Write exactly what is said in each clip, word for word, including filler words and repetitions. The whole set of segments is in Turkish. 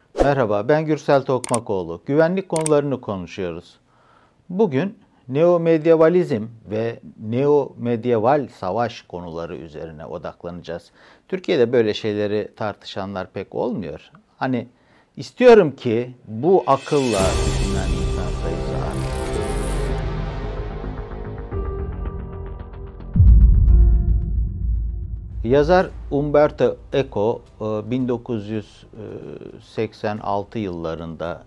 Merhaba, ben Gürsel Tokmakoğlu. Güvenlik konularını konuşuyoruz. Bugün neomedyevalizm ve neomedyeval savaş konuları üzerine odaklanacağız. Türkiye'de böyle şeyleri tartışanlar pek olmuyor. Hani istiyorum ki bu akılla düşünen insan sayısı artsın. Yazar Umberto Eco bin dokuz yüz seksen altı yıllarında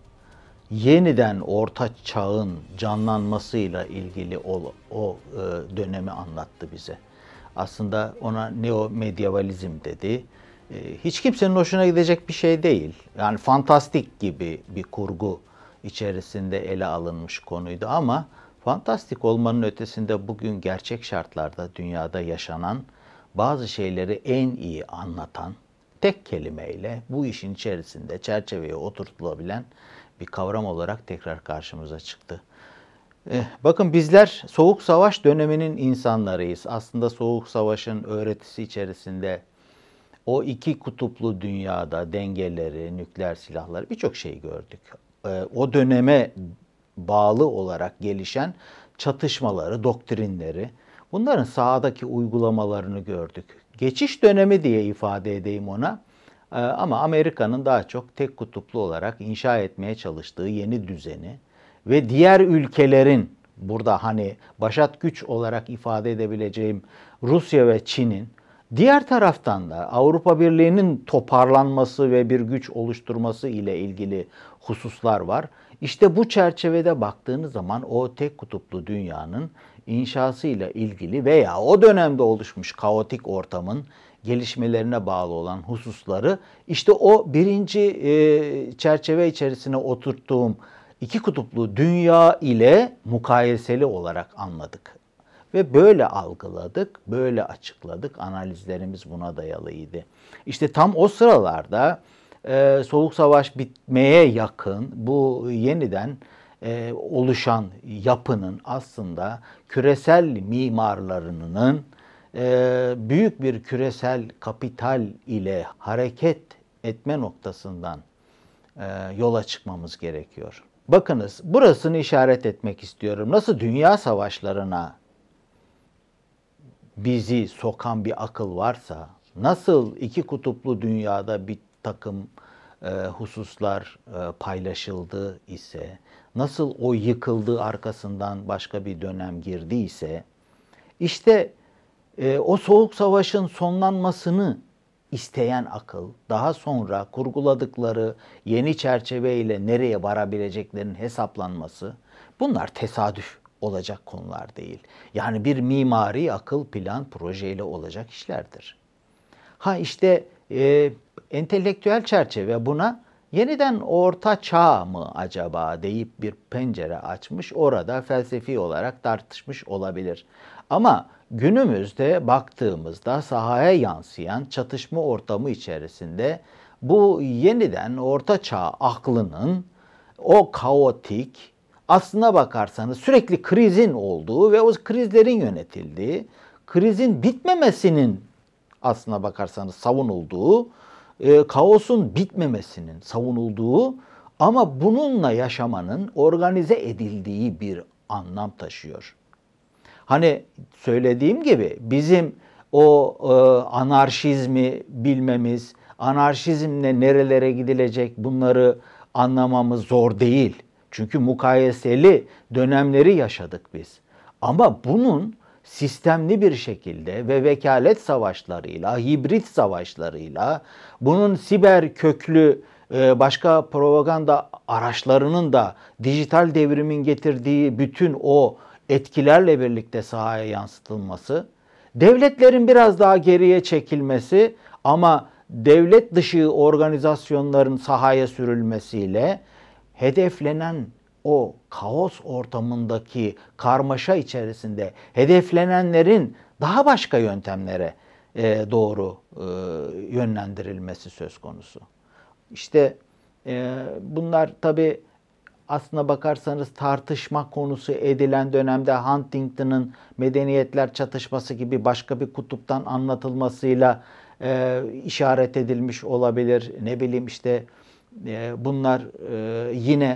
yeniden Orta Çağ'ın canlanmasıyla ilgili o, o dönemi anlattı bize. Aslında ona neomedyevalizm dedi. Hiç kimsenin hoşuna gidecek bir şey değil. Yani fantastik gibi bir kurgu içerisinde ele alınmış konuydu ama fantastik olmanın ötesinde bugün gerçek şartlarda dünyada yaşanan bazı şeyleri en iyi anlatan, tek kelimeyle bu işin içerisinde çerçeveye oturtulabilen bir kavram olarak tekrar karşımıza çıktı. Eh, bakın bizler Soğuk Savaş döneminin insanlarıyız. Aslında Soğuk Savaş'ın öğretisi içerisinde o iki kutuplu dünyada dengeleri, nükleer silahları birçok şey gördük. Eh, o döneme bağlı olarak gelişen çatışmaları, doktrinleri, bunların sahadaki uygulamalarını gördük. Geçiş dönemi diye ifade edeyim ona. Ama Amerika'nın daha çok tek kutuplu olarak inşa etmeye çalıştığı yeni düzeni ve diğer ülkelerin, burada hani başat güç olarak ifade edebileceğim Rusya ve Çin'in, diğer taraftan da Avrupa Birliği'nin toparlanması ve bir güç oluşturması ile ilgili hususlar var. İşte bu çerçevede baktığınız zaman o tek kutuplu dünyanın inşasıyla ilgili veya o dönemde oluşmuş kaotik ortamın gelişmelerine bağlı olan hususları işte o birinci e, çerçeve içerisine oturttuğum iki kutuplu dünya ile mukayeseli olarak anladık. Ve böyle algıladık, böyle açıkladık. Analizlerimiz buna dayalıydı. İşte tam o sıralarda e, Soğuk Savaş bitmeye yakın bu yeniden e, oluşan yapının aslında küresel mimarlarının e, büyük bir küresel kapital ile hareket etme noktasından e, yola çıkmamız gerekiyor. Bakınız, burasını işaret etmek istiyorum. Nasıl dünya savaşlarına bizi sokan bir akıl varsa, nasıl iki kutuplu dünyada bir takım e, hususlar e, paylaşıldı ise, nasıl o yıkıldı arkasından başka bir dönem girdiyse, işte e, o soğuk savaşın sonlanmasını isteyen akıl, daha sonra kurguladıkları yeni çerçeveyle nereye varabileceklerinin hesaplanması, bunlar tesadüf olacak konular değil. Yani bir mimari akıl, plan, projeyle olacak işlerdir. Ha işte e, entelektüel çerçeve buna yeniden orta çağ mı acaba deyip bir pencere açmış, orada felsefi olarak tartışmış olabilir. Ama günümüzde baktığımızda sahaya yansıyan çatışma ortamı içerisinde bu yeniden orta çağ aklının o kaotik, aslına bakarsanız sürekli krizin olduğu ve o krizlerin yönetildiği, krizin bitmemesinin aslına bakarsanız savunulduğu, e, kaosun bitmemesinin savunulduğu ama bununla yaşamanın organize edildiği bir anlam taşıyor. Hani söylediğim gibi bizim o e, anarşizmi bilmemiz, anarşizmle nerelere gidilecek bunları anlamamız zor değil. Çünkü mukayeseli dönemleri yaşadık biz. Ama bunun sistemli bir şekilde ve vekalet savaşlarıyla, hibrit savaşlarıyla, bunun siber köklü başka propaganda araçlarının da dijital devrimin getirdiği bütün o etkilerle birlikte sahaya yansıtılması, devletlerin biraz daha geriye çekilmesi ama devlet dışı organizasyonların sahaya sürülmesiyle hedeflenen o kaos ortamındaki karmaşa içerisinde hedeflenenlerin daha başka yöntemlere e, doğru e, yönlendirilmesi söz konusu. İşte e, bunlar tabii aslına bakarsanız tartışma konusu edilen dönemde Huntington'ın medeniyetler çatışması gibi başka bir kutuptan anlatılmasıyla e, işaret edilmiş olabilir. Ne bileyim işte e, bunlar e, yine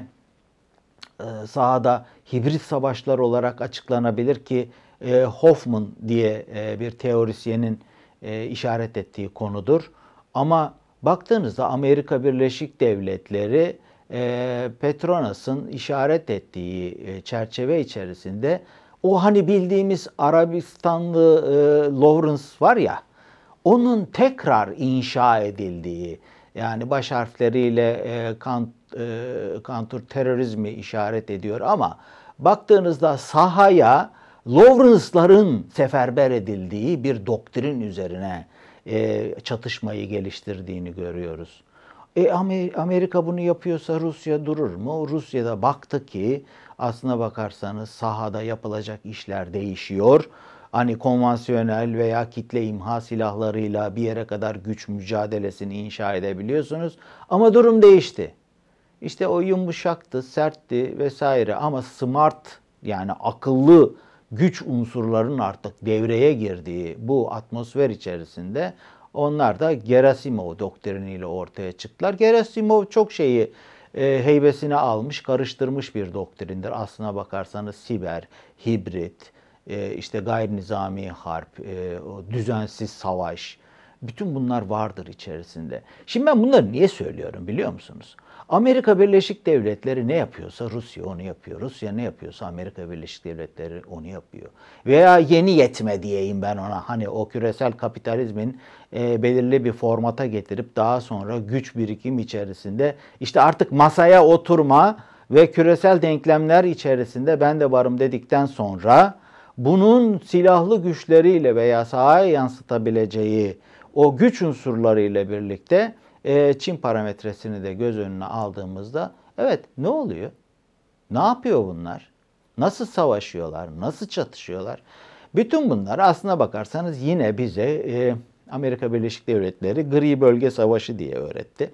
e, sahada hibrit savaşlar olarak açıklanabilir ki e, Hoffman diye e, bir teorisyenin e, işaret ettiği konudur. Ama baktığınızda Amerika Birleşik Devletleri e, Petronas'ın işaret ettiği e, çerçeve içerisinde o hani bildiğimiz Arabistanlı e, Lawrence var ya, onun tekrar inşa edildiği, yani baş harfleriyle e, kant, e, kontur terörizmi işaret ediyor ama baktığınızda sahaya Lawrence'ların seferber edildiği bir doktrin üzerine e, çatışmayı geliştirdiğini görüyoruz. E, Amerika bunu yapıyorsa Rusya durur mu? Rusya da baktı ki aslına bakarsanız sahada yapılacak işler değişiyor. Hani konvansiyonel veya kitle imha silahlarıyla bir yere kadar güç mücadelesini inşa edebiliyorsunuz. Ama durum değişti. İşte o yumuşaktı, sertti vesaire ama smart, yani akıllı güç unsurlarının artık devreye girdiği bu atmosfer içerisinde onlar da Gerasimov doktriniyle ortaya çıktılar. Gerasimov çok şeyi e, heybesine almış, karıştırmış bir doktrindir. Aslına bakarsanız siber, hibrit, e, işte gayri nizami harp, e, düzensiz savaş, bütün bunlar vardır içerisinde. Şimdi ben bunları niye söylüyorum biliyor musunuz? Amerika Birleşik Devletleri ne yapıyorsa Rusya onu yapıyor. Rusya ne yapıyorsa Amerika Birleşik Devletleri onu yapıyor. Veya yeni yetme diyeyim ben ona. Hani o küresel kapitalizmin e, belirli bir formata getirip daha sonra güç birikim içerisinde işte artık masaya oturma ve küresel denklemler içerisinde ben de varım dedikten sonra bunun silahlı güçleriyle veya sahaya yansıtabileceği o güç unsurlarıyla birlikte Çin parametresini de göz önüne aldığımızda evet ne oluyor? Ne yapıyor bunlar? Nasıl savaşıyorlar? Nasıl çatışıyorlar? Bütün bunlar aslına bakarsanız yine bize e, Amerika Birleşik Devletleri gri bölge savaşı diye öğretti.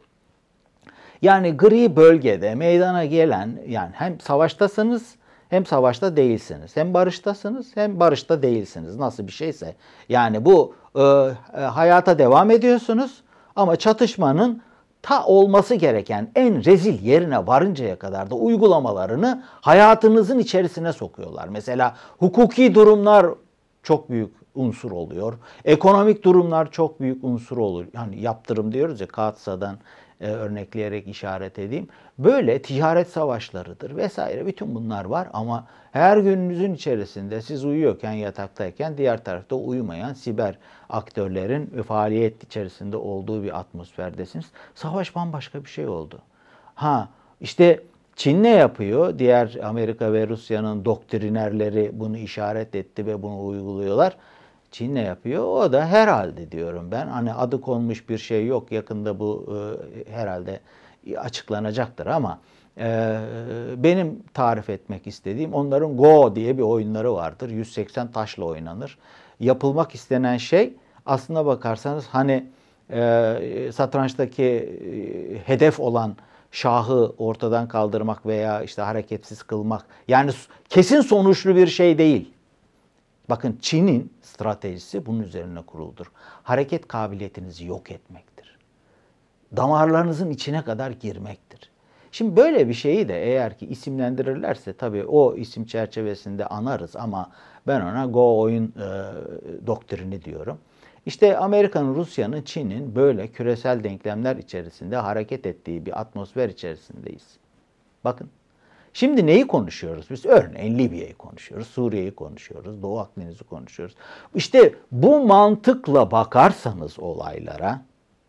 Yani gri bölgede meydana gelen, yani hem savaştasınız hem savaşta değilsiniz. Hem barıştasınız hem barışta değilsiniz. Nasıl bir şeyse. Yani bu e, hayata devam ediyorsunuz ama çatışmanın ta olması gereken en rezil yerine varıncaya kadar da uygulamalarını hayatınızın içerisine sokuyorlar. Mesela hukuki durumlar çok büyük unsur oluyor. Ekonomik durumlar çok büyük unsur oluyor. Yani yaptırım diyoruz ya, Katsa'dan e, örnekleyerek işaret edeyim. Böyle ticaret savaşlarıdır vesaire, bütün bunlar var ama her gününüzün içerisinde siz uyuyorken, yataktayken diğer tarafta uyumayan siber aktörlerin faaliyet içerisinde olduğu bir atmosferdesiniz. Savaş bambaşka bir şey oldu. Ha işte Çin ne yapıyor? Diğer Amerika ve Rusya'nın doktrinerleri bunu işaret etti ve bunu uyguluyorlar. Çin ne yapıyor? O da herhalde diyorum ben. Hani adı konmuş bir şey yok. Yakında bu e, herhalde açıklanacaktır ama e, benim tarif etmek istediğim, onların Go diye bir oyunları vardır. yüz seksen taşla oynanır. Yapılmak istenen şey aslına bakarsanız hani e, satrançtaki e, hedef olan şahı ortadan kaldırmak veya işte hareketsiz kılmak. Yani kesin sonuçlu bir şey değil. Bakın Çin'in stratejisi bunun üzerine kuruludur. Hareket kabiliyetinizi yok etmektir. Damarlarınızın içine kadar girmektir. Şimdi böyle bir şeyi de eğer ki isimlendirirlerse tabii o isim çerçevesinde anarız ama ben ona Go oyun e, doktrini diyorum. İşte Amerika'nın, Rusya'nın, Çin'in böyle küresel denklemler içerisinde hareket ettiği bir atmosfer içerisindeyiz. Bakın. Şimdi neyi konuşuyoruz biz? Örneğin Libya'yı konuşuyoruz, Suriye'yi konuşuyoruz, Doğu Akdeniz'i konuşuyoruz. İşte bu mantıkla bakarsanız olaylara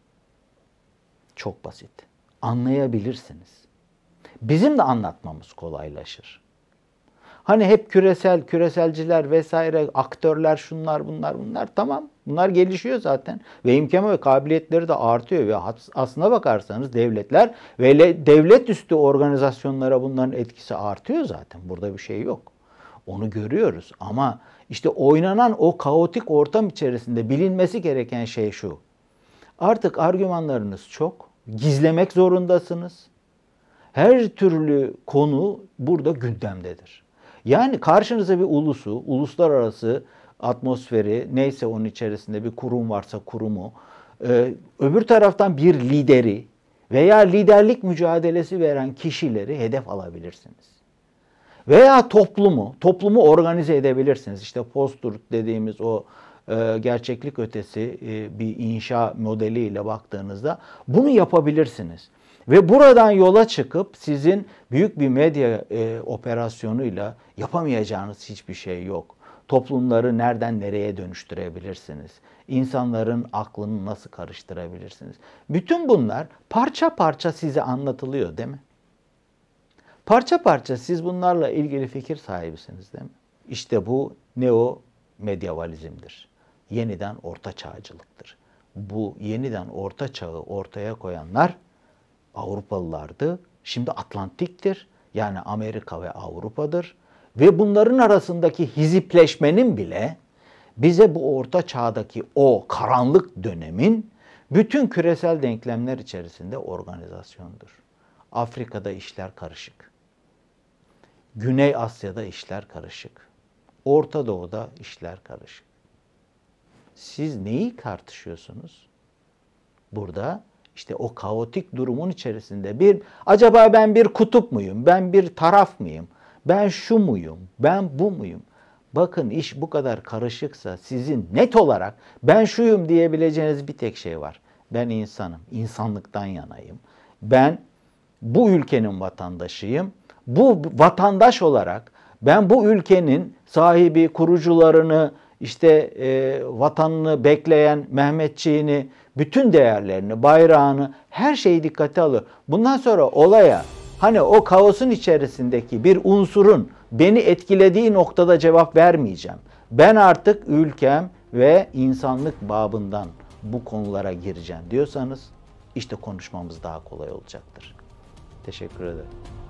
çok basit. Anlayabilirsiniz. Bizim de anlatmamız kolaylaşır. Hani hep küresel, küreselciler vesaire, aktörler, şunlar bunlar bunlar, tamam. Bunlar gelişiyor zaten ve imkan ve kabiliyetleri de artıyor ve aslına bakarsanız devletler ve devlet üstü organizasyonlara bunların etkisi artıyor zaten. Burada bir şey yok. Onu görüyoruz ama işte oynanan o kaotik ortam içerisinde bilinmesi gereken şey şu. Artık argümanlarınız çok, gizlemek zorundasınız. Her türlü konu burada gündemdedir. Yani karşınıza bir ulusu, uluslararası atmosferi, neyse onun içerisinde bir kurum varsa kurumu, öbür taraftan bir lideri, veya liderlik mücadelesi veren kişileri hedef alabilirsiniz. Veya toplumu, toplumu organize edebilirsiniz. İşte post-truth dediğimiz o e, gerçeklik ötesi e, bir inşa modeliyle baktığınızda bunu yapabilirsiniz. Ve buradan yola çıkıp sizin büyük bir medya e, operasyonuyla yapamayacağınız hiçbir şey yok. Toplumları nereden nereye dönüştürebilirsiniz? İnsanların aklını nasıl karıştırabilirsiniz? Bütün bunlar parça parça size anlatılıyor, değil mi? Parça parça siz bunlarla ilgili fikir sahibisiniz, değil mi? İşte bu neo medyevalizmdir. Yeniden orta çağcılıktır. Bu yeniden orta çağı ortaya koyanlar Avrupalılardı. Şimdi Atlantik'tir. Yani Amerika ve Avrupa'dır. Ve bunların arasındaki hizipleşmenin bile bize bu orta çağdaki o karanlık dönemin bütün küresel denklemler içerisinde organizasyonudur. Afrika'da işler karışık. Güney Asya'da işler karışık. Orta Doğu'da işler karışık. Siz neyi tartışıyorsunuz? Burada işte o kaotik durumun içerisinde bir, acaba ben bir kutup muyum? Ben bir taraf mıyım? Ben şu muyum? Ben bu muyum? Bakın iş bu kadar karışıksa sizin net olarak ben şuyum diyebileceğiniz bir tek şey var. Ben insanım. İnsanlıktan yanayım. Ben bu ülkenin vatandaşıyım. Bu vatandaş olarak ben bu ülkenin sahibi, kurucularını, işte e, vatanını bekleyen Mehmetçiğini, bütün değerlerini, bayrağını, her şeyi dikkate alıyor. Bundan sonra olaya hani o kaosun içerisindeki bir unsurun beni etkilediği noktada cevap vermeyeceğim. Ben artık ülkem ve insanlık babından bu konulara gireceğim diyorsanız işte konuşmamız daha kolay olacaktır. Teşekkür ederim.